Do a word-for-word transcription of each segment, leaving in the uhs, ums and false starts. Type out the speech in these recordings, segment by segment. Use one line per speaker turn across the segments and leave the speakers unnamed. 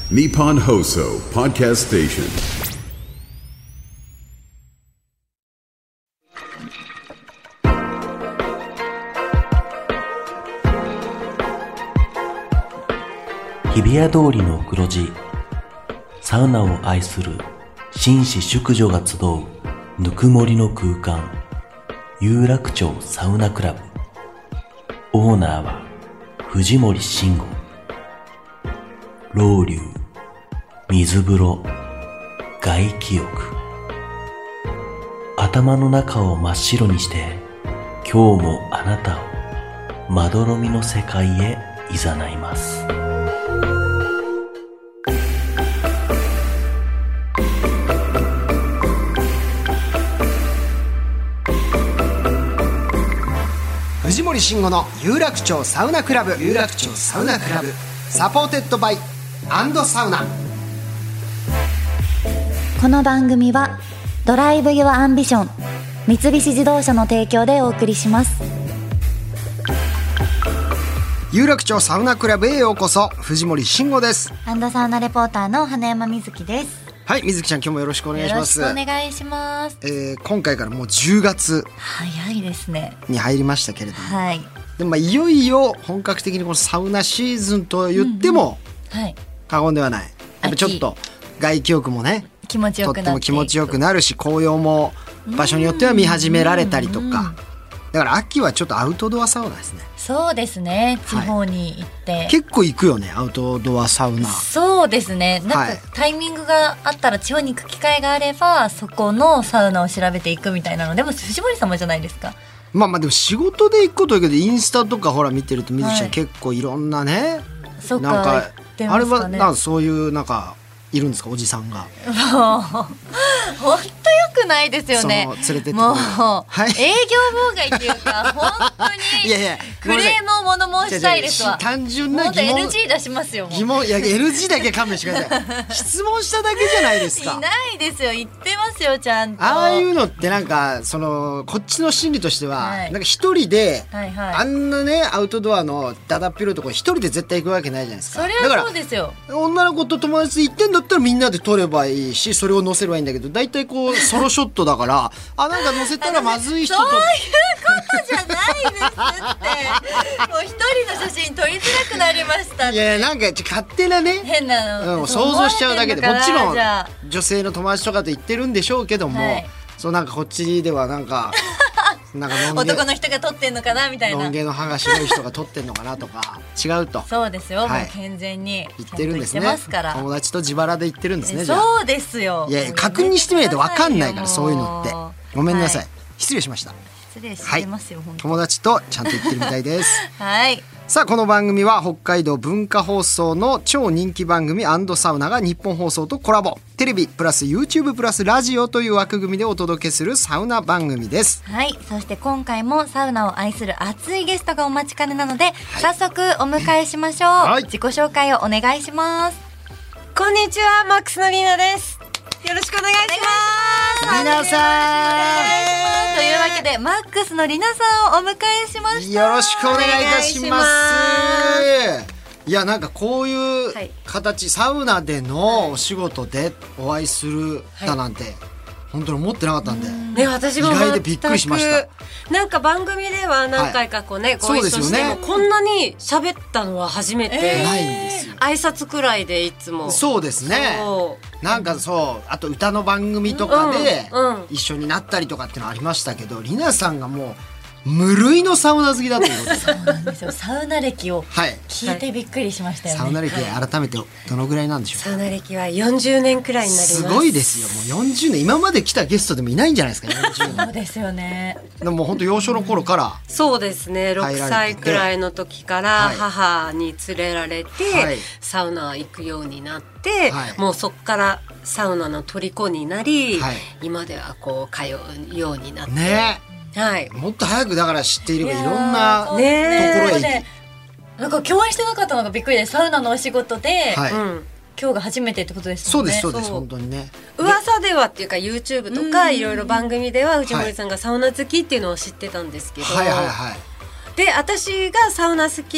Nippon Hoso Podcast Station。
日比谷通りの黒字、サウナを愛する紳士淑女が集うぬくもりの空間、有楽町サウナクラブ。オーナーは藤森慎吾。ロウリュ、水風呂、外気浴。頭の中を真っ白にして、今日もあなたをまどろみの世界へ誘います。
藤森慎吾の有楽町サウナクラブ、有楽町サウナクラブ、サポーテッドバイアンドサウナ。
この番組はドライブ・ユア・アンビション三菱自動車の提供でお送りします。
有楽町サウナクラブへようこそ。藤森慎吾です。
アンドサウナレポーターの花山瑞希です。
はい、水木ちゃん、今日もよろしくお願いします。
よろしくお願いします。
えー、今回からもうじゅうがつ
早いですね
に入りましたけれども、
はい、
でもまあいよいよ本格的にこのサウナシーズンと言っても過言ではない、うんうん、やっぱちょっと外気浴もね、
気持ちよくなっていく、
とっても気持ちよくなるし、紅葉も場所によっては見始められたりとか、うんうんうん、だから秋はちょっとアウトドアサウナですね。
そうですね、地方に行って、はい、
結構行くよね、アウトドアサウナ。
そうですね、なんかタイミングがあったら、地方に行く機会があればそこのサウナを調べていくみたいなのでも藤森さんもじゃないですか。
まあまあでも仕事で行くことだけど、インスタとかほら見てると水木ちゃん、はい、結構いろんなね、
そっか、
なんか、
ね、
あれはなんかそういうなんかいるんですか、おじさんが。
もう本当よくないですよね。
連れてって
もう、
はい、
営業妨害っていうか本当に
いやいや
クレームを物申したいですわ。
単純な疑問、
もっと エヌジー 出しますよ。
疑問、いや エヌジー だけ勘弁してください。質問しただけじゃないですか。
いないですよ、言ってますよちゃんと。
ああいうのってなんかそのこっちの心理としては、はい、なんか一人で、はいはい、あんなねアウトドアのだだっ広いところ一人で絶対行くわけないじゃないですか。
それはそうですよ。
だから女の子と友達で行ってんだったらみんなで撮ればいいし、それを載せればいいんだけど、大体こうソロショットだからあ、なんか載せたらまずい人と
そういうことじゃないですってもう一人の写真撮りづらくなりましたって。
いやなんか勝手なね、
変なの、
うん、想像しちゃうだけで、もちろん女性の友達とかと言ってるんでしょうけども、はい、そうなんかこっちではなんかなんか
男の人が撮ってんのかなみたいな、
ロン毛の歯が白い人が撮ってんのかなとか違うと。
そうですよ、
はい、
もう健全に
言ってるんですね。
ますから、
友達と自腹で言ってるんですね。
そうですよ。
いやいや確認してみないと分かんないから、そういうのって。ごめんなさい、はい、失礼しました。
失礼してますよ、はい、本当
友達とちゃんと言ってるみたいです。
はい。
さあこの番組は北海道文化放送の超人気番組&サウナが日本放送とコラボ、テレビプラス YouTube プラスラジオという枠組みでお届けするサウナ番組です。
はい、そして今回もサウナを愛する熱いゲストがお待ちかねなので、はい、早速お迎えしましょう、はい、自己紹介をお願いします。
こんにちは、マックスのリーナです。よろしくお願いします。
皆さん
というわけでマックスのリナさんをお迎えしました。
よろしくお願いいたします。いやなんかこういう形、はい、サウナでのお仕事でお会いするだなんて、はい、本当に思ってなかったんで、
ね、私も
意外でびっくりしました。
なんか番組では何回かこうね、はい、ご一緒しても、ね、こんなに喋ったのは初めて、
えー、ないんですよ。
挨拶くらいでいつも。
そうですね。なんかそうあと歌の番組とかで一緒になったりとかっていうのありましたけど、りなさんがもう無類のサウナ好きだということで
そうなんですよ。サウナ歴を聞いてびっくりしましたよね。
サウナ歴改めてどのぐらいなんでしょうか。
サウナ歴はよんじゅうねんくらいになります。
すごいですよ。もうよんじゅうねん、今まで来たゲストでもいないんじゃないですか。よんじゅうねん
そうですよね。
でも本当幼少の頃から、
そうですね、ろくさいくらいの時から母に連れられて、はい、サウナ行くようになって、はい、もうそこからサウナの虜になり、はい、今ではこう通うようになって、
ね、
はい、
もっと早くだから知っていればいろんなところへ行き、
なんか共演してなかったのがびっくりで、サウナのお仕事で、
はい、うん、
今日が初めてってことです
もんね。
そう
ですそうです、本当にね。
噂ではっていうか YouTube とかいろいろ番組では藤森さんがサウナ好きっていうのを知ってたんですけど、
はいはいはいはい、
で私がサウナ好き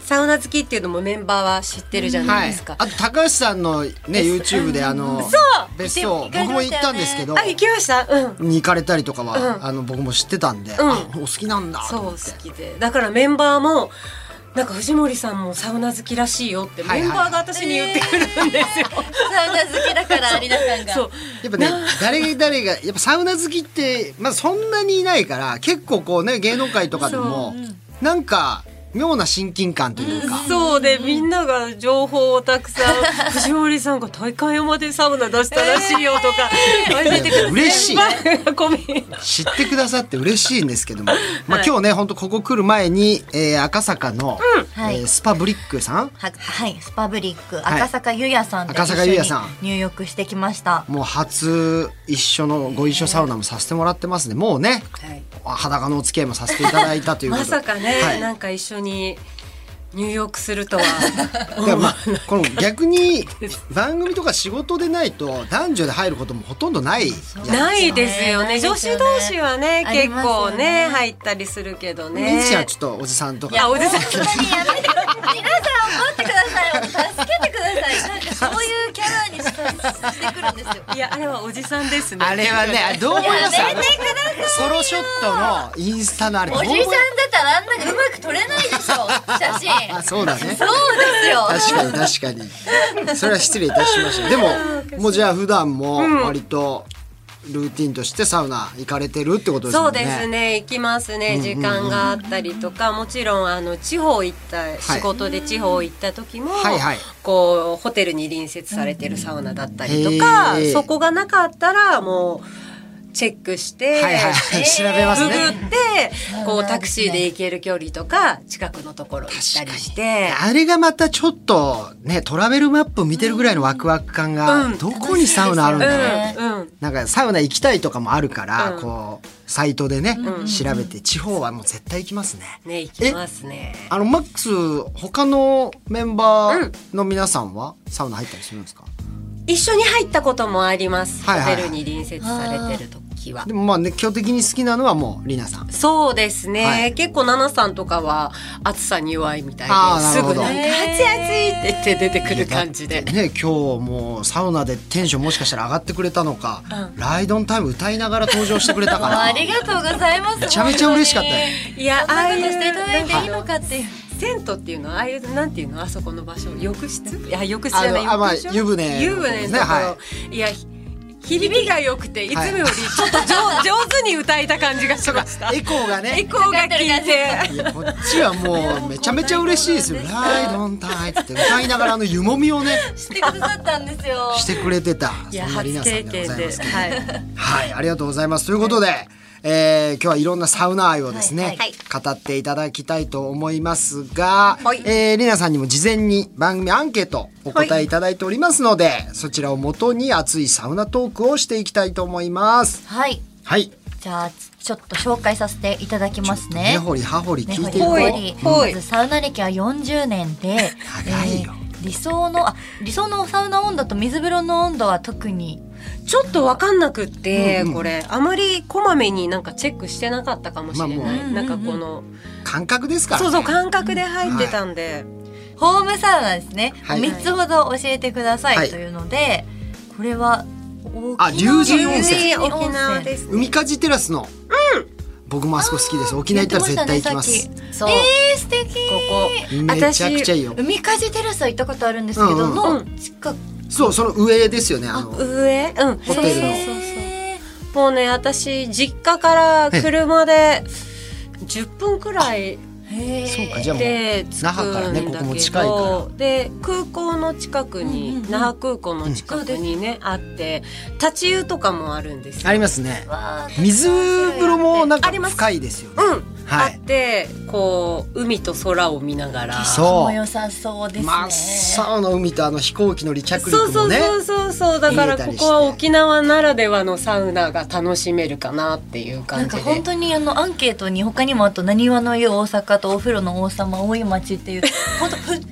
サウナ好きっていうのもメンバーは知ってるじゃないですか、
はい、あと高橋さんのね YouTube であの
そう
別荘僕も行ったんですけど、
あ行きました、うん、
に行かれたりとかは、うん、あの僕も知ってたんで、うん、あお好きなんだと思って。
そう好きで、だからメンバーもなんか藤森さんもサウナ好きらしいよってメンバーが私に言ってくるんですよ、
サウナ好きだから有田さんが
そうやっぱね誰誰がやっぱサウナ好きってまあそんなにいないから結構こうね芸能界とかでも、うん、なんか妙な親近感というか、
そうでみんなが情報をたくさん藤森さんが大会山でサウナ出したらしいよとか教えてくれて
嬉しい知ってくださって嬉しいんですけども、まあ、今日ね本当ここ来る前に、えー、赤坂の、うんえー、スパブリックさん
ははいスパブリック赤坂優也さんで一緒に入浴してきました。
もう初一緒のご一緒サウナもさせてもらってますね。もうね、はい、裸のお付き合いもさせていただいたということで
まさかね、はい、なんか一緒にに入浴するとは
まあ、この逆に番組とか仕事でないと男女で入ることもほとんどない
ないですよね。女子同士はね結構ね入ったりするけどね。
みちちゃんちょっとおじさんとか
いやおじさん
本当にやめてください。皆さん怒ってください。助けてください。なんかそういうキャラにしてくるんですよ。
いやあれはおじさんですね。
あれはねどう思います？ソロショットのインスタのあれ
おじさんだったらあんなうまく撮れないでしょ写真。
あそうだね。
そうですよ。
確かに確かに。それは失礼いたしました。でももうじゃあ普段も割とルーティンとしてサウナ行かれてるってことですもんね。
そうですね行きますね。時間があったりとか、もちろんあの地方行った仕事で地方行った時も、はいはい、こうホテルに隣接されてるサウナだったりとか、そこがなかったらもうチェックして、はいはい、
調べますね。
ググってこうタクシーで行ける距離とか近くのところ行ったりして、
あれがまたちょっとねトラベルマップ見てるぐらいのワクワク感が、うん、どこにサウナあるんだろう、うんうん、なんかサウナ行きたいとかもあるから、うん、こうサイトでね、うん、調べて地方はもう絶対行きますね。
ね行きますね。
あのマックス他のメンバーの皆さんはサウナ入ったりするんですか？
一緒に入ったこともあります、はいはい、ホテルに隣接されてるとは。
でもまあ熱狂的に好きなのはもうりなさん。
そうですね、はい、結構ナナさんとかは暑さに弱いみたいですぐなんか暑い暑いって言って出てくる感じで
ね。今日もうサウナでテンションもしかしたら上がってくれたのか、うん、ライドオンタイム歌いながら登場してくれたから
ありがとうございます。
めちゃめちゃ嬉しかったよ。
いやああいう
していただいていいのかっていう、
銭湯っていうのはああいうなんていうのあそこの場所浴室いや浴室じゃない
あ、まあ、湯船
湯船のところ、はい、いや響きが良くていつもよりちょっと 上, 上手に歌えた感じがしました。
エコーがね
エコーが効いて
いやこっちはもうめちゃめちゃ嬉しいですよ。ライドンタイって歌いながらの湯もみをね
してくださったんですよ。
してくれてた。
いや初経験で、はい、
はい、ありがとうございます。ということで、えー、今日はいろんなサウナ愛をですね、はいはい、語っていただきたいと思いますが、はい、えー、りなさんにも事前に番組アンケートお答えいただいておりますので、はい、そちらをもとに熱いサウナトークをしていきたいと思います。
はい、
はい、
じゃあちょっと紹介させていただきますね。
根掘り葉掘り聞いていこう。
まずサウナ歴はよんじゅうねんで
長いよ、
えー、理想のあ理想のサウナ温度と水風呂の温度は特に
ちょっと分かんなくって、うんうん、これあまりこまめになんかチェックしてなかったかもしれない、まあ、なんかこの
感覚ですからね。
そうそう感覚で入ってたんで、
はい、ホームサウナですね、はい、みっつほど教えてくださいというので、はい、これは
あ龍神温泉
沖縄です、ね、
海かじテラスの、うん、僕もあそこ好きです。沖縄行ったら絶対行きます。
そうえー、素敵。
ここめちゃくちゃいいよ。
海かじテラスは行ったことあるんですけど、うんうん、の近く、
そうその上ですよね。あの
上、うん、
ホテルの。
そうそうそうもうね私実家から車でじゅっぷんくらい
そうかじゃあもう那覇からねここも近いから
で空港の近くに、うんうんうん、那覇空港の近くにね、うん、あって立ち湯とかもあるんですよ。
ありますね。水風呂もなんか深いですよね。
うんはい、あってこう海と空を見ながら
そう良さそうですね。
真っ青の海とあの飛行機の離着陸もね。
そうそうそうそうだからここは沖縄ならではのサウナが楽しめるかなっていう感じで。
なんか本当にあのアンケートに他にもあとなにわの湯大阪とお風呂の王様大井町っていう本当ふふ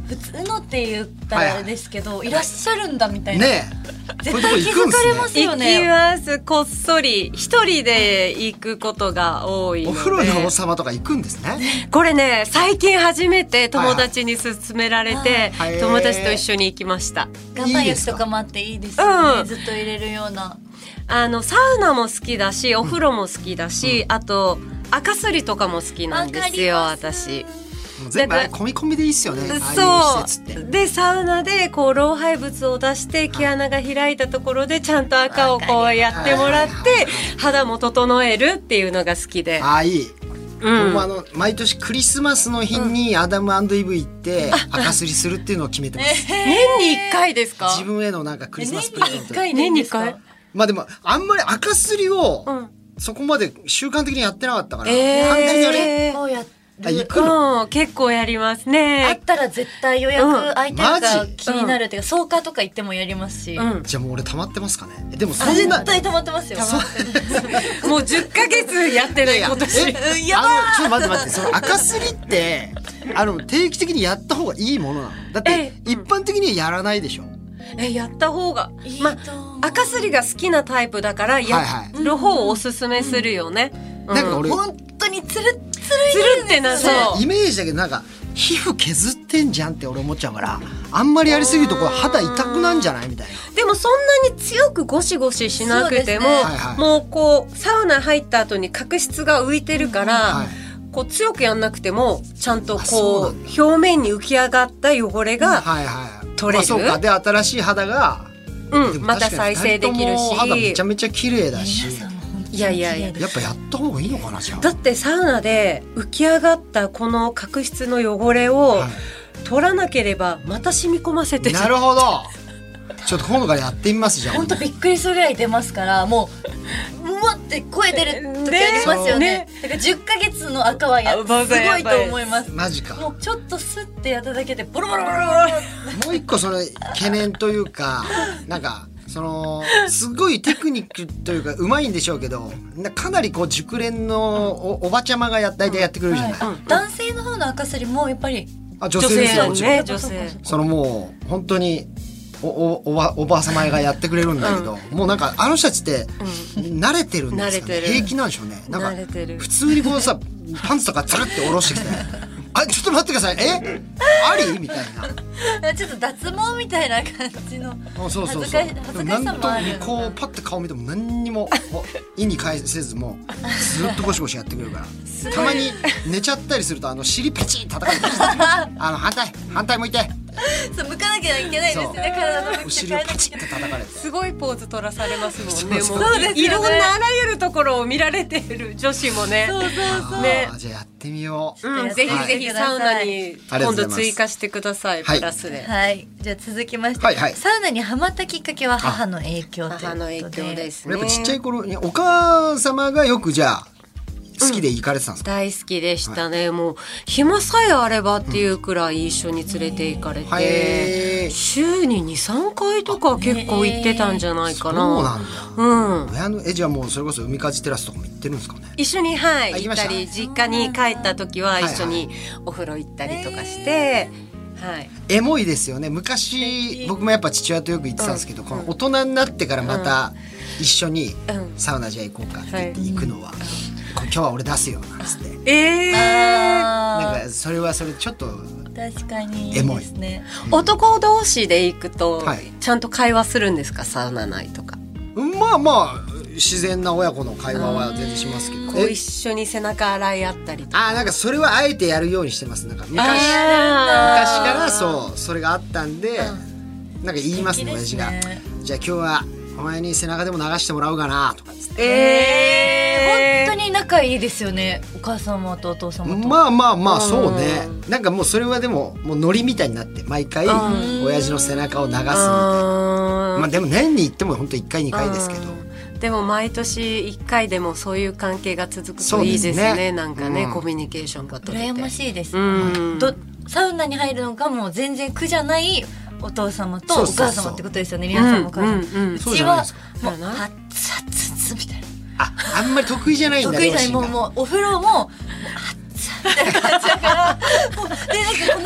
普通のって言ったらあれですけど、はい、いらっしゃるんだみたいな。
ね
絶対気づかれますよね。
行きます。こっそり一人で行くことが多いので。
お風呂の王様とか行くんですね。
これね最近初めて友達に勧められて、はいはい、友達と一緒に行きました。
岩盤浴とかもあっていいですよね、うん、ずっと入れるような。
あのサウナも好きだしお風呂も好きだし、うん、あと赤すりとかも好きなんですよ私。
全部込み込みでいいっすよね。
そうでサウナでこう老廃物を出して毛穴が開いたところでちゃんと赤をこうやってもらって肌も整えるっていうのが好きで。
ああいい、うん、僕もあの毎年クリスマスの日にアダム&イブ行って赤すりするっていうのを決めてます。
年にいっかいですか？
自分へのなんかクリスマスプレゼント。
年にいっかい。
まあでもあんまり赤すりをそこまで習慣的にやってなかったから、
えー、
反対にや
れもうやって
行くの、
うん、結構やりますね。
あったら絶対予約空いてるか気になるっていうか、草加とか行ってもやりますし、
うん、じゃあもう俺溜まってますかね。でもそんな
絶対溜まってますよ。
もうじゅっかげつやってない今年。
えやばー。ちょっと待って待って、その赤すりってあの定期的にやった方がいいものなの？だって一般的にはやらないでしょ。
えやった方がいい、まあ、赤すりが好きなタイプだからやる方をおすすめするよね、
うんうん、なんか俺
本当につるつる
つるってなそう
イメージだけどなんか皮膚削ってんじゃんって俺思っちゃうから、あんまりやりすぎるとこう肌痛くなんじゃないみたいな。
でもそんなに強くゴシゴシしなくても、ねはいはい、もうこうサウナ入った後に角質が浮いてるから、はい、こう強くやんなくてもちゃんとこう表面に浮き上がった汚れが取れる、まあ、そうか。
で新しい肌が、
うん、また再生できるし
肌めちゃめちゃ綺麗だし、
いやいやいや
やっぱやった方がいいのかな。じゃあ
だってサウナで浮き上がったこの角質の汚れを取らなければまた染み込ませてる。
なるほど。ちょっと今度からやってみます。じゃあ
本当びっくりするぐらい出ますから、もううわって声出る時ありますよね。だからじゅっかげつの赤はやすごいと思います。
マジか。
もうちょっとスッてやっただけでボロボロボロボロ。
もう一個その懸念というかなんかそのすごいテクニックというかうまいんでしょうけど、かなりこう熟練の お, おばちゃまがや大体やってくれるじゃない、うんはい、
男性の方の赤すりもやっぱり
あ女性ですよ
ね。女性
そのもう本当にお, お, お, ばおばあ様がやってくれるんだけど、うん、もうなんかあの人たちって慣れてるんですよね、うん、平気なんでしょうね。なんか普通にこうさパンツとかつるって下ろしてきてあちょっと待ってくださいえありみたい
なちょっと脱毛みたいな感じの恥ずかしさもあるよね。
なんとこうパッて顔見ても何にも意に介せずもずっとゴシゴシやってくれるからたまに寝ちゃったりするとあの尻ペチン叩かれてあの反対反対向いて
そう向かなきゃいけないですね。体の向き
お尻をパチッて叩かれて
すごいポーズ取らされますもんね。
そう
もうそうですよね。いろんなあらゆるところを見られている女子もね。
そうそうそう。
ね、
じゃあやってみよう。
うん、ぜひぜひサウナに今度追加してください。プラスで。
はい。じゃあ続きまして、
はいはい、
サウナにハマったきっかけは母の影響ということで。
母の影響ですね。
やっぱちっちゃい頃にお母様がよくじゃあ。好きで行かれてたんですか？
うん、大好きでしたね、はい、もう暇さえあればっていうくらい一緒に連れて行かれて、うん、週に にさんかいとか結構行ってたんじゃないかな。
そうなんだ、うん、親のえじゃあもうそれこそ海風テラスとかも行ってるんですかね？
一緒に、はい、行ったり実家に帰った時は一緒にお風呂行ったりとかして、はい、
エモいですよね。昔僕もやっぱ父親とよく行ってたんですけど、うん、この大人になってからまた一緒にサウナじゃあ行こうかって言って行くのは、はい、今日は俺出すよなんつって、
えー、
なんかそれはそれちょっと
確かに
エモい
ですね、
うん、男同士で行くと、はい、ちゃんと会話するんですか？サウナ内とか。
まあまあ自然な親子の会話は全然しますけど、
こう一緒に背中洗い合ったりとか。
あなんかそれはあえてやるようにしてます。なんか昔昔からそうそれがあったんで、うん、なんか言いますね親父が。じゃあ今日はお前に背中でも流してもらおうかなとかつって。
えー、本当に仲いいですよね、お母様とお父様と。
まあまあまあそうね。なんかもうそれはでももうノリみたいになって毎回親父の背中を流すみたいな。まあでも年に行っても本当いっかいにかいですけど。
でも毎年いっかいでもそういう関係が続くといいですね。ねなんかね、うん、コミュニケーションが取れて
羨ましいです、うん、どサウナに入るのがもう全然苦じゃないお父様とお母様ってことですよね。皆さんもお母様、うんうんうん、うちはもう熱々みたいな。
あ、あんまり得意じゃないんだ。
得意じゃない。もうもうお風呂も熱々みたいな感じだからもうでなんかこの間季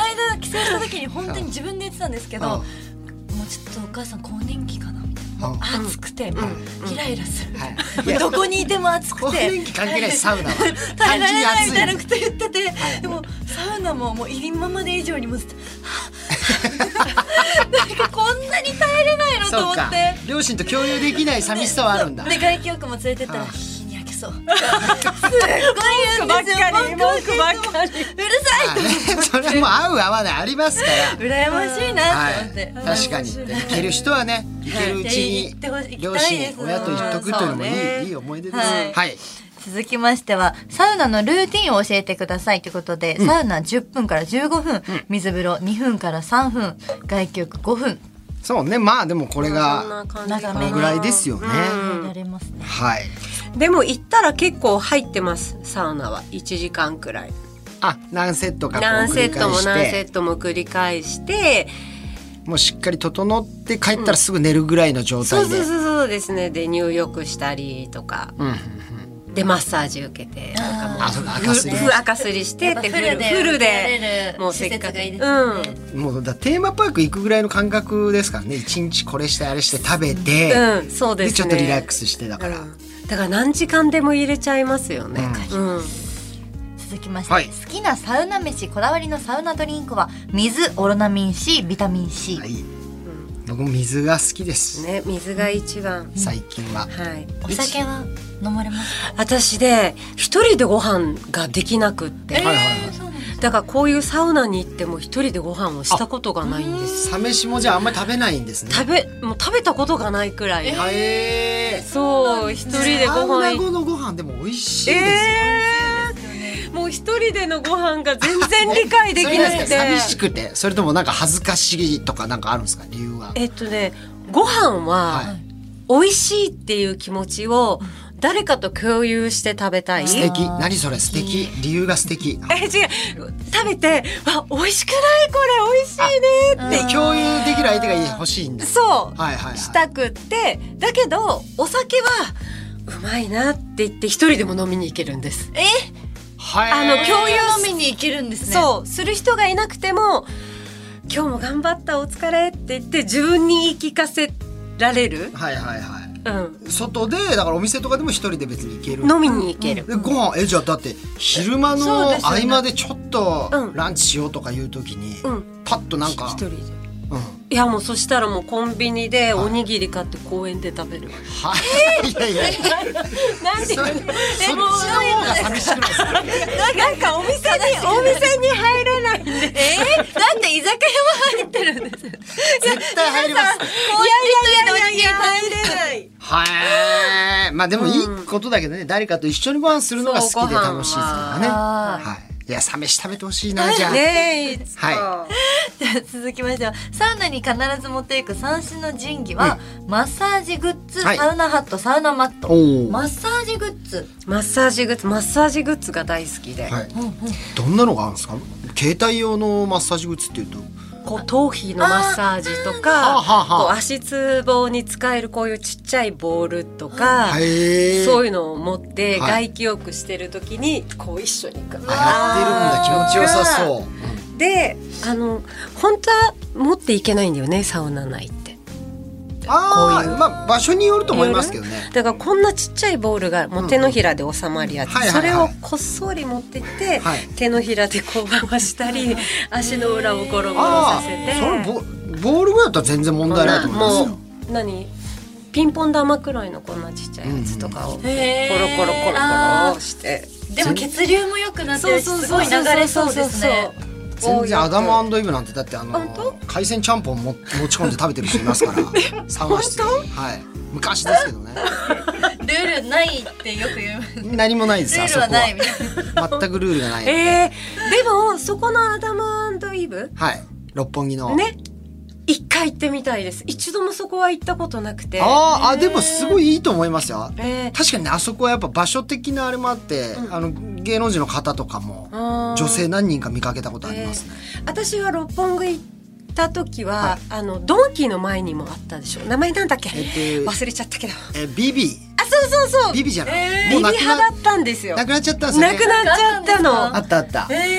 出産した時に本当に自分で言ってたんですけど、もうちょっとお母さん更年期かなみたいな、もう暑くてもうイライラする、はい、どこにいても暑くて
更年期関係ないサウナは
耐えられないみたいなこと言ってて、はい、でもサウナももう今まで以上にもずっとなんかこんなに耐えれないのと思って、
両親と共有できない寂しさはあるんだ。
で外気浴も連れてったら日に焼けそう、すっごい
言うんですよ、文句ばっかり、うる
さいと、
それも合う合わないありますから
羨ましいなと思って、
はい、確かに行ける人はね行けるうちに両親親と言っとくというのもいい、ね、いい思い出です、はい、はい、
続きましてはサウナのルーティンを教えてくださいということで、うん、サウナじゅっぷんからじゅうごふん、うん、水風呂にふんからさんぷん、外気浴ごふん。
そうね、まあでもこれがこのぐらいですよね、
うん、やれますね。
はい。
でも行ったら結構入ってます、サウナはいちじかんくらい。
あ、何セットかこう
何セットも
繰り返して
何セットも繰り返して、
もうしっかり整って帰ったらすぐ寝るぐらいの状態で、
うん、そうそうそうですね。で入浴したりとか、うんうんうん、でマッサージ受けて、なんかもう
赤すり
赤すりしてってフルでフルでもうせっかく、
うん、もうだテーマパーク行くぐらいの感覚ですからね。一日これしてあれして食べて、
うん、そうですね。で
ちょっとリラックスしてだから、
うん、だから何時間でも入れちゃいますよね。うんうん、
続きまして、はい、好きなサウナ飯、こだわりのサウナドリンクは水、オロナミン C、ビタミン C、はい、うん、
僕も水が好きです
ね。水が一番、うん、
最近は、
はい、
お酒は飲まれますか？
私で一人でご飯ができなくって、えー、はいはいはい、だからこういうサウナに行っても一人でご飯をしたことがないんです。
サ飯もじゃああんまり食べないんですね。
食べもう食べたことがないくらい、
えー、
そう一人でご飯、
サウナ後のご飯でも美味しいですよ、
えー、もう一人でのご飯が全然理解できなくて
寂しくて、それともなんか恥ずかしいとかなんかあるんですか、理由は？
えっとね、ご飯は、はい、美味しいっていう気持ちを誰かと共有して食べたい。
素敵。何それ素敵。理由が素敵。
え、違う。食べて、あ、美味しくないこれ美味しいねって。
共有できる相手が欲しいんだ。
そう。
はいはいはい。
したくって。だけど、お酒はうまいなって言って一人でも飲みに行けるんです。
え？
はい。
あの、共有飲みに行けるんですね。
そう。する人がいなくても、今日も頑張ったお疲れって言って自分に言い聞かせられる。
はいはいはい。
うん、
外でだからお店とかでも一人で別に行ける、
飲みに行ける、
うん、ご飯えじゃあだって昼間の合間でちょっとランチしようとかいう時に、うん、パッとなんか
一人で、うん、いやもうそしたらもうコンビニでおにぎり買って公園で食べる。
はい、いやいやいや
なんでそっちの方
が寂しくないですか？
なんかお店にお店に入れないんで、えー、だ
って居酒屋も入ってるんです。
絶対入ります。いや
いやいやいや入れない。
はい、まあでもいいことだけどね、うん、誰かと一緒にご飯するのが好きで楽しいですからね。はい。いや、サ飯食べてほしいな、じゃあ。
ねえ、
はい。
じゃあ続きましては、サウナに必ず持っていく三種の神器は、うん、マッサージグッズ、はい、サウナハット、サウナマット。マッサージグッズ。
マッサージグッズ、マッサージグッズが大好きで。はい。
うんうん、どんなのがあるんですか？携帯用のマッサージグッズっていうと。
こう頭皮のマッサージとか、こう足つぼに使えるこういうちっちゃいボールとか、そういうのを持って外気浴してる時にこう一緒にやってるん
だ。気持ちよさそう。
で、あの本当は持っていけないんだよね、サウナ内って。
ああ、まあ場所によると思いますけどね。
だからこんなちっちゃいボールがもう手のひらで収まるやつ、それをこっそり持ってって、はい、手のひらでこう回したり足の裏をゴロゴロさせて。
その ボ, ボールぐらいだったら全然問題ないと思いますよ。も
う何ピンポン玉くらいのこんなちっちゃいやつとかをコロコロコロコロして、
でも血流も良くなってすごい流れそうですね。
全然アダム&イブなんてだってあの海鮮ちゃんぽんも持ち込んで食べてる人いますからサウナ室で、はい、昔ですけどね。
ルールないってよく言う。
何もないです。
ルールはないみたい
な。全くルールがない。
えー、でもそこのアダム&イブ、
はい、六本木の
ね、一回行ってみたいです。一度もそこは行ったことなくて。
ああ、でもすごいいいと思いますよ。えー、確かにね、あそこはやっぱ場所的なあれもあって、うん、あの芸能人の方とかも女性何人か見かけたことありますね。
えー、私は六本木行った時は、はい、あのドンキの前にもあったでしょ。名前なんだっけ？えっと、忘れちゃったけど。
え、ビビ。
あ、そうそうそう。
ビビじゃない。
えー、ビビ派だったんですよ。
なくなっちゃったんですね。
なくなっちゃったの。
あったあった。
えー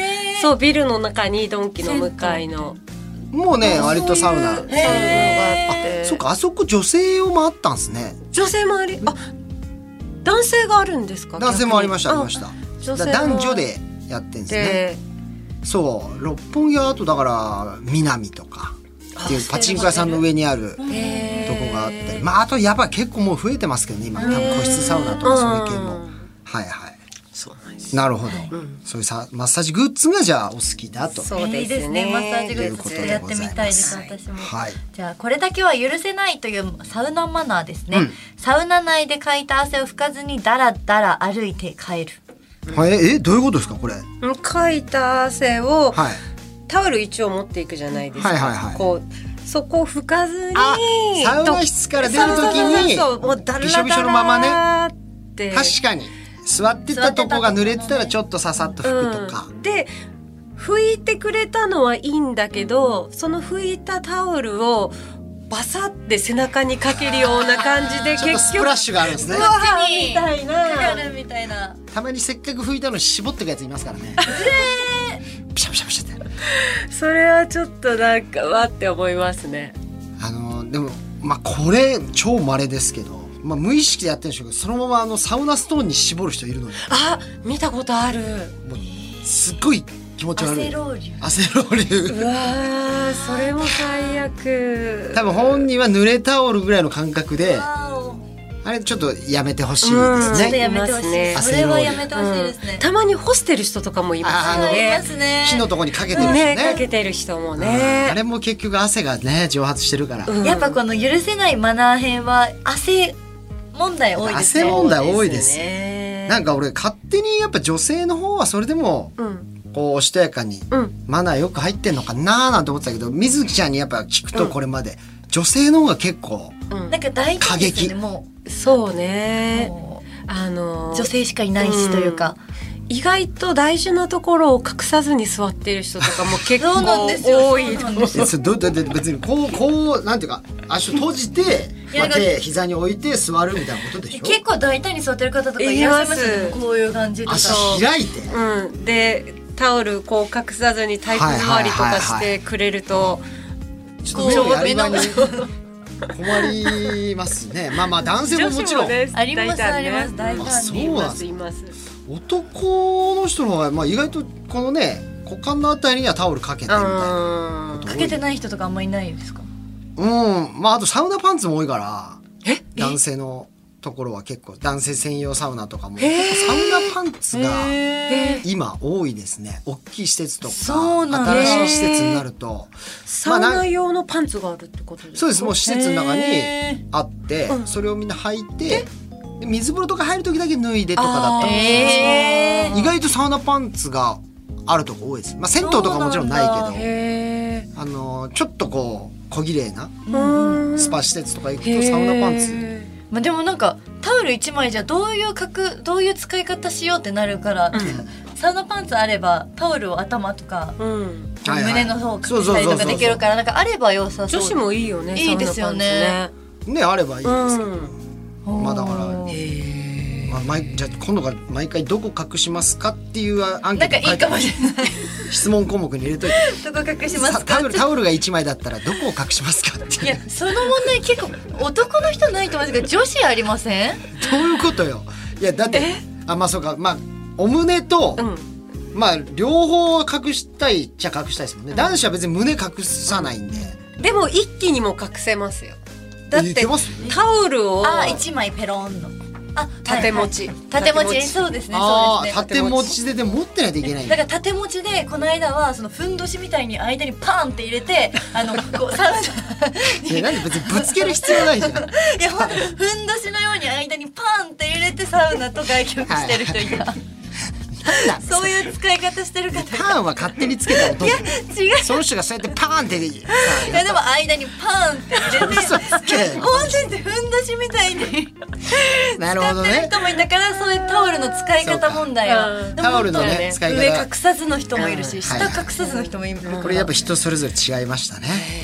そうビルの中にドンキの向かいの
もうね割とサウナサウナがあっ
て、
あそうかあそこ女性用もあったんですね。
女性もありあ男性があるんですか。
男性もありましたありました。男女でやってんですね。そう六本木はあとだから南とかっていうパチンコ屋さんの上にあるとこがあったり、まああとやっぱり結構もう増えてますけどね今多分個室サウナとかそういう系もはいはい
そうなんです。
なるほど、はい、そういうさマッサージグッズがじゃあお好きだと。
そうですね、
いいですねマッサージグッズやってみたいです私も、はい、じゃあこれだけは許せないというサウナマナーですね、うん、サウナ内でかいた汗を拭かずにダラダラ歩いて帰る。
はい、えどういうことですかこれ。
かいた汗を、はい、タオル一応持っていくじゃないですか、はいはいはい、こうそこを拭かずに
サウナ室から出るときにびしょびしょのままね。確かに座ってたとこが濡れてたらちょっとささっと拭くとか、
うん、で拭いてくれたのはいいんだけどその拭いたタオルをバサって背中にかけるような感じで結局
スプラッシュがあるんですね。
うわーみたいな
かかるみたいな。
たまにせっかく拭いたのに絞ってくやついますからね。ピシャピシャピシャって
それはちょっとなんかわって思いますね。
あのでもまあこれ超稀ですけど、まあ、無意識でやってるんでしょうけどそのままあのサウナストーンに絞る人いるのに
あ見たことある。
もうすっごい気持ち悪い。
汗ロウリュ
汗ロウリュ
うわーそれも最悪。
多分本人は濡れタオルぐらいの感覚であれちょっとやめてほしいですね。
ちょっとやめてほしい、ね、それはやめてほしいですね、
うん、たまに干してる人とかもいますよね。
ああね木のとこにかけてる人ね、
ねかけてる人もね。
あれも結局汗がね蒸発してるから、
うん、やっぱこの許せないマナー編は汗問題多いですね。
汗問題多いです。なんか俺勝手にやっぱ女性の方はそれでも、うんこうおしとやかに、うん、マナーよく入ってんのかなーなんて思ってたけど水木ちゃんにやっぱ聞くとこれまで、うん、女性の方が結構、
うん、なんか大事ですよね。も
うそうねあの
女性しかいないしというか、
うん、意外と大事なところを隠さずに座ってる人とかも結構多いと思う。
そどどど別にこうこうなんていうか足を閉じてまあ、手膝に置いて座るみたいなことでしょ。
結構大胆に座ってる方とかいらっしゃいますね。こういう感じとか
足開いて、
うん、でタオルこう隠さずに体育座りとかしてくれると
ちょっと目の前に困りますね。まあまあ男性ももちろん、
ね、ありますあります大胆にい
ますいます。
男の人の方がまあ意外とこのね股間のあたりにはタオルかけてみたいな
かけてない人とかあんまりいないですか。
うんまああとサウナパンツも多いから男性のところは結構男性専用サウナとかもサウナパンツが今多いですね。大きい施設とか新しい施設になると
サウナ用のパンツがあるってことですか。
そうですもう施設の中にあってそれをみんな履いてで水風呂とか入る時だけ脱いでとかだったんです。意外とサウナパンツがあるとこ多いです。まあ銭湯とかもちろんないけどあのちょっとこう小綺麗なスパ施設とか行くとサウナパンツ
まあ、でもなんかタオルいちまいじゃどういう角どういう使い方しようってなるから、うん、サウナパンツあればタオルを頭とか、うん、胸の方を隠したりとかできるからなんかあれば良さそう。
女子もいいよね。
いいですよね。
ねあればいいですけど、うん、まあだからまあ、毎じゃあ今度から毎回どこ隠しますかっていうアンケートを書いて質問項目に入れといて
どこ隠しますか
タオル、タオルがいちまいだったらどこを隠しますかって
いやその問題結構男の人ないと思うんですけど女子ありません。
どういうことよ。いやだってあまあそうかまあお胸と、うん、まあ両方隠したいっちゃ隠したいですもんね、うん、男子は別に胸隠さないんで、
うん、でも一気にも隠せますよ。だってタオルを
あいちまいペロンのあ
縦持ち、
はいはい、縦持ちそうですね
そうですね縦持ちでで持ってないといけない。
だから縦持ちでこの間はそのふんどしみたいに間にパンって入れてあのこうサウナ
いやなんで別にぶつける必要ないじゃん。いや
ふんどしのように間にパンって入れてサウナと外気浴してる人いた、はいそういう使い方してる方
パンは勝手につけた音。
いや違う
その人がそうやってパーンってい
やでも間にパンって入れて
嘘つけ
本当にふんどしみたいに
なるほどね。
使ってる人もいたからそういうタオルの使い方問題は
タオルのね使い方
上隠さずの人もいるし、うん、下隠さずの人もいる、
これやっぱ人それぞれ違いましたね。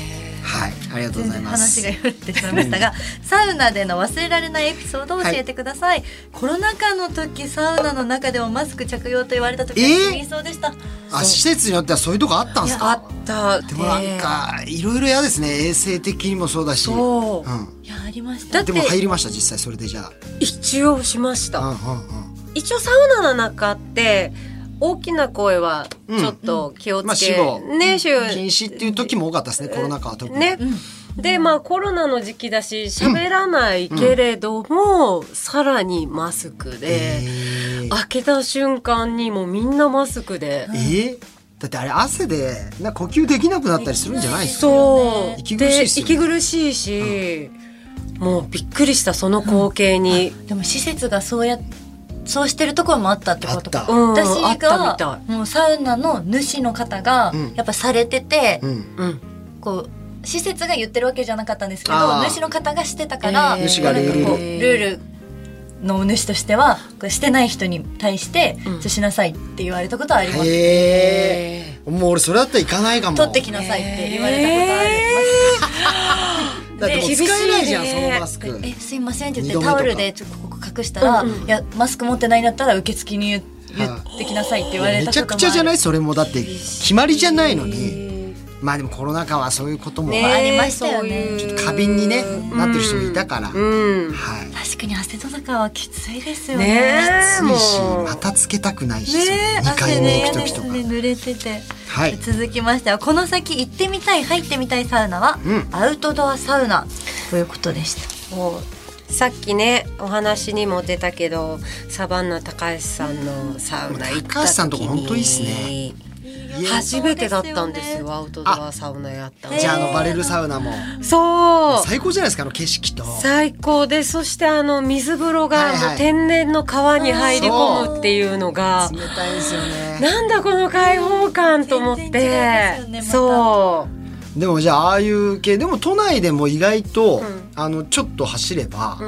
はい、ありがとうございます。
話がよれてしまいましたがサウナでの忘れられないエピソードを教えてください、はい、コロナ禍の時サウナの中でもマスク着用と言われた時は死にそうでした、えー、
あ、施設によってはそういうとこあったんですか？
あった。
でもなんかいろいろ嫌ですね、衛生的にもそうだし。
そう、
うん、
いやありました。
でも入りました実際それで。じゃあ
一応しました、うんうんうん、一応サウナの中って大きな声はちょっと気をつけ、
うんうん、まあ、死後禁止っていう時も多かったですね、コロナ禍は特にね、
うん、でまあコロナの時期だし喋らないけれども、うん、さらにマスクで、えー、開けた瞬間にもうみんなマスクで、
えー、だってあれ汗でなんか呼吸できなくなったりするんじゃないですか？
そう、
息苦しいですよね。
息苦しいし、うん、もうびっくりしたその光景に、
うん、でも施設がそうやってそうしてるところもあったってことか。
うん、
私が
た
もうサウナの主の方がやっぱされてて、うんうん、こう施設が言ってるわけじゃなかったんですけど、主の方がしてたから、
えー、主がルール
こうルールの主としてはこれしてない人に対して「しなさい」って言われたことはあります。
へー、もう俺それだったら行かないかも。
取ってきなさいって言われたことあります。
だってもう使えないじゃん、そのマスク。
え、すいませんって言ってタオルでちょっとここ隠したら、うんうん、いやマスク持ってないんだったら受付に言ってきなさいって言われたこともある。
めちゃくちゃじゃない？それもだって決まりじゃないのに。まあでもコロナ禍はそういうことも、
ね、ありましたよね。
ちょっと過敏に、ね、なってる人もいたから、うん
はい、確かに汗とかはきついですよね。
ね、きついしまたつけたくないし、ね、にかいめ行く時とか、
ね、濡れてて、
はい、
続きましてはこの先行ってみたい入ってみたいサウナは、うん、アウトドアサウナということでした。
もうさっきねお話にも出たけどサバンナ高橋さんのサウナ行った時に
高橋さんとこ本当いいっすね。
初めてだったんですよ、アウトドアサウナやったの。
じゃああのバレルサウナも
そう
最高じゃないですか、あの景色と。
最高で、そしてあの水風呂がもう天然の川に入り込むっていうのが、
冷たいですよね。
なんだこの開放感と思って、ね、そう
でもじゃあああいう系でも都内でも意外と、うん、あのちょっと走れば、うん、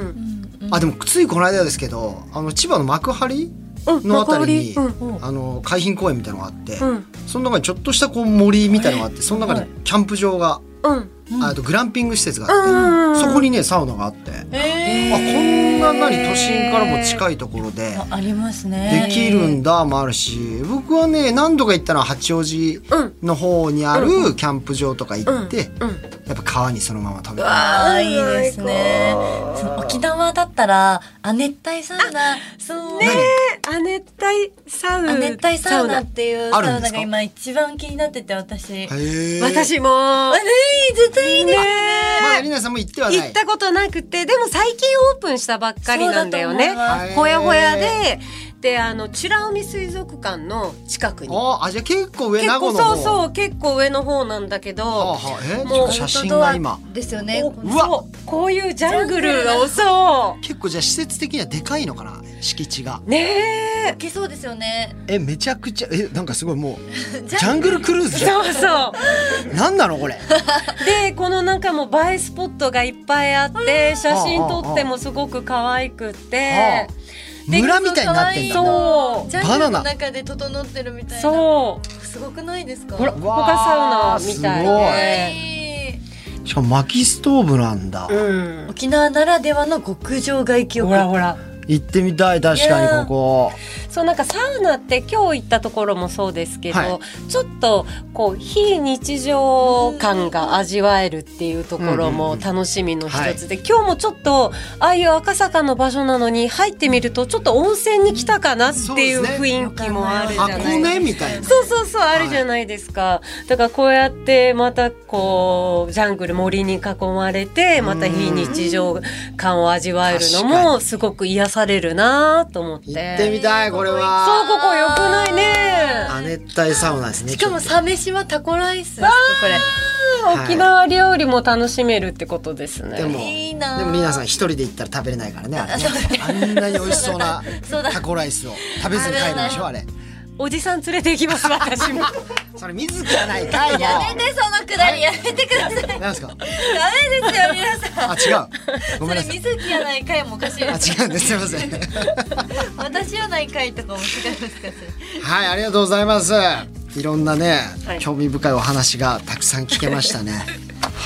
あでもついこの間ですけどあの千葉の幕張のあたりに、うん、あの海浜公園みたいなのがあって、うん、その中にちょっとしたこう森みたいなのがあって、その中にキャンプ場が、うんあとグランピング施設があって、そこにねサウナがあって、えー、あこんな何都心からも近いところで
あ, ありますね
できるんだもあるし、僕はね何度か行ったのは八王子の方にあるキャンプ場とか行って、うんうんうん、やっぱ川にそのまま飛び込んで、
あーいいですね。その沖縄だったら亜熱帯サウナ、
そうね、亜熱帯サウナ、
亜熱帯サウナっていうサウナが今一番気になってて、私
私もあ
ね絶対いいですね。
まありなさんも行ってはない。
行ったことなくて、でも最近オープンしたばっかりなんだよね。ほやほやでであの美ら海水族館の近くに。
ああ、じゃあ結構上名護の方。
そうそう結構上の方なんだけど、はあは
あ、えもう写真が今
ですよね。
うわこういうジャングルがそう
結構じゃあ施設的にはでかいのかな、敷地が
ねえ。
いけそうですよね。
えめちゃくちゃえなんかすごいもうジャングルクルーズじゃ
ん。そうそう
なんなのこれ
でこの中も映えスポットがいっぱいあって写真撮ってもすごく可愛くって、はあ
村みたいになってんだ。
そう
ジャングルの中で整ってるみたいな。
そう
すごくないですか。
ほらここがサウナみたい
で、しかも薪ストーブなんだ、
うん、沖縄ならではの極上外気浴。
ほらほら
行ってみたい。確かにここ
そうなんかサウナって今日行ったところもそうですけど、はい、ちょっとこう非日常感が味わえるっていうところも楽しみの一つで、今日もちょっとああいう赤坂の場所なのに入ってみるとちょっと温泉に来たかなっていう雰囲気もあるじゃないですか。
箱根みたいな。
そうそうそうあるじゃないですか、はい、だからこうやってまたこうジャングル森に囲まれてまた非日常感を味わえるのもすごく癒されるなと思って。
行ってみたいこれは。
そうここよくないね。
亜熱帯サウナですね。
しかもサ飯はタコライスですかこれ。
沖縄料理も楽しめるってことですね。
でも
いいな。
でもリナさん一人で行ったら食べれないからねあれね。あんなに美味しそうなタコライスを食べずに帰るでしょあれ。
おじさん連れて行きます私も。
それ水木やないかいも。
やめてそのくだりやめてください。
なんですか。ダ
メですよ皆さん。
あ違う。ごめんなさい。
それ水木やないかいもおかしいです。
あ違うんですすみません。
私やないかいとかも違いますか。
はいありがとうございます。いろんなね、はい、興味深いお話がたくさん聞けましたね。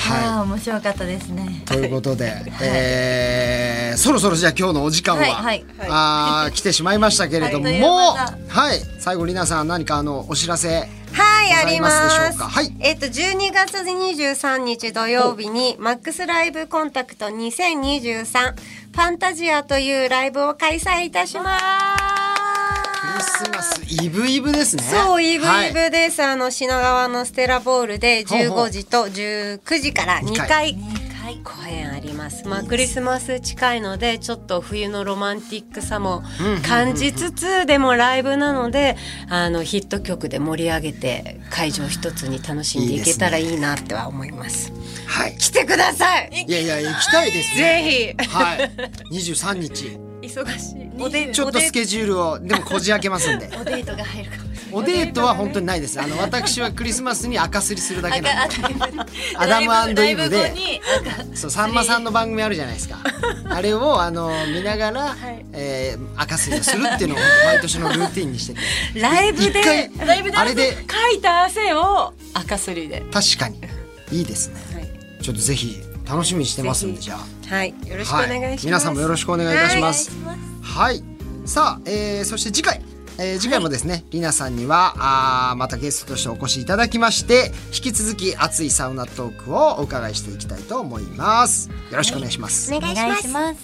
はい、面白かったですね。
ということで、はい、えー、そろそろじゃあ今日のお時間は、はいはい、あ来てしまいましたけれども、はい、はい、最後りなさん何かあのお知らせ
はい、あります。
はい、
えっと、じゅうにがつにじゅうさんにち土曜日にマックスライブコンタクトにせんにじゅうさんファンタジアというライブを開催いたします。
クリスマスイブイブですね。
そう、イブイブです。はい、あの品川のステラボールでじゅうごじとじゅうくじからにかい公演あります。まあクリスマス近いのでちょっと冬のロマンティックさも感じつつ、でもライブなのであのヒット曲で盛り上げて会場一つに楽しんでいけたらいいなっては思います。はい、来てください。
いやいや行きたいです
ね。
ぜひ。はい。にじゅうさんにち。
忙しい。
おでちょっとスケジュールをでもこじ開けますんで。
おデートが入るかもしれない。
おデートは本当にないです。あの私はクリスマスに赤すりするだけなんで。アダム&イブで、そうさんまさんの番組あるじゃないですか。あれをあの見ながら、はい、えー、赤すりをするっていうのを毎年のルーティンにしてて。
ライブで
ライブで
あれでかいた汗を赤すりで。
確かにいいですね。はい、ちょっとぜひ楽しみにしてますんで、じゃ
あ。はい、よろしくお願いします。はい、
皆さんもよろしくお願いいたします。はい、はい、さあ、えー、そして次回。えー、次回もですね、はい、りなさんにはあまたゲストとしてお越しいただきまして、引き続き熱いサウナトークをお伺いしていきたいと思います。よろしくお願いします。
はい、お願いします。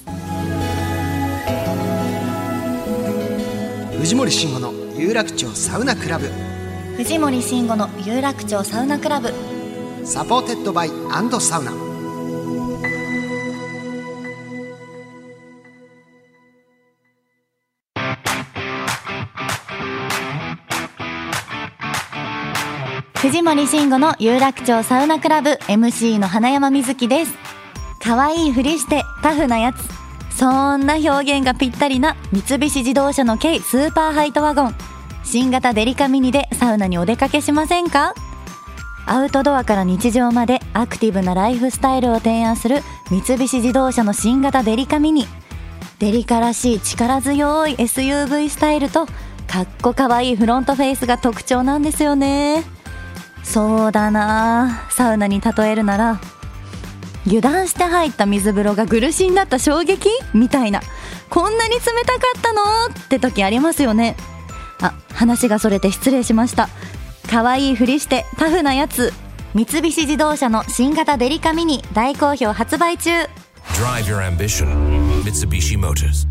藤森慎吾の有楽町サウナクラブ。
藤森慎吾の有楽町サウナクラブ。
サポーテッドバイアンドサウナ。
藤森慎吾の有楽町サウナクラブ エムシー の花山瑞希です。可愛いふりしてタフなやつ、そんな表現がぴったりな三菱自動車の軽スーパーハイトワゴン、新型デリカミニでサウナにお出かけしませんか？アウトドアから日常までアクティブなライフスタイルを提案する三菱自動車の新型デリカミニ。デリカらしい力強い エスユーブイ スタイルとかっこかわいいフロントフェイスが特徴なんですよね。そうだな、サウナに例えるなら油断して入った水風呂が苦しんだった衝撃みたいな、こんなに冷たかったのって時ありますよね。あ、話がそれて失礼しました。可愛いふりしてタフなやつ、三菱自動車の新型デリカミニ大好評発売中。 Drive your ambition, Mitsubishi Motors。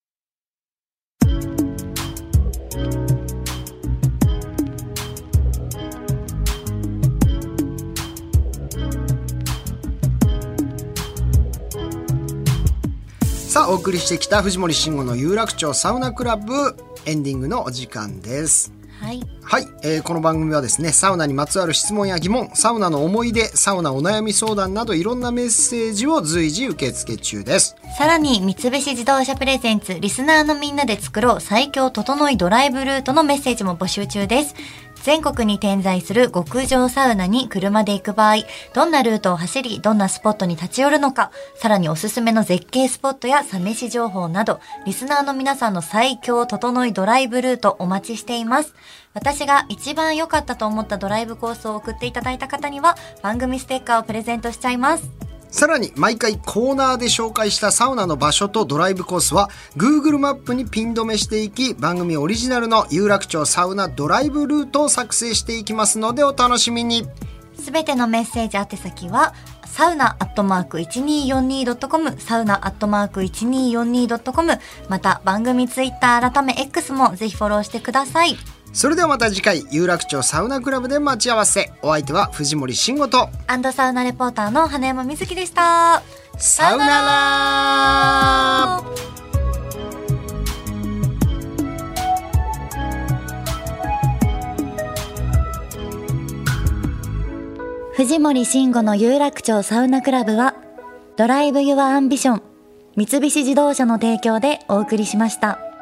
さあお送りしてきた藤森慎吾の有楽町サウナクラブエンディングのお時間です。
はい、
はい、えー、この番組はですね、サウナにまつわる質問や疑問、サウナの思い出、サウナお悩み相談などいろんなメッセージを随時受付中です。
さらに三菱自動車プレゼンツリスナーのみんなで作ろう最強整いドライブルートのメッセージも募集中です。全国に点在する極上サウナに車で行く場合、どんなルートを走り、どんなスポットに立ち寄るのか、さらにおすすめの絶景スポットやサ飯情報など、リスナーの皆さんの最強整いドライブルートお待ちしています。私が一番良かったと思ったドライブコースを送っていただいた方には、番組ステッカーをプレゼントしちゃいます。
さらに毎回コーナーで紹介したサウナの場所とドライブコースは Google マップにピン止めしていき、番組オリジナルの有楽町サウナドライブルートを作成していきますのでお楽しみに。
すべてのメッセージ宛先はサウナアットマーク いちにーよんにードットコム サウナアットマーク いちにーよんにードットコム、 また番組ツイッター改め X もぜひフォローしてください。
それではまた次回有楽町サウナクラブで待ち合わせ。お相手は藤森慎吾と
アンドサウナレポーターの花山瑞希でした。
さよなら。
藤森慎吾の有楽町サウナクラブはドライブユアアンビション三菱自動車の提供でお送りしました。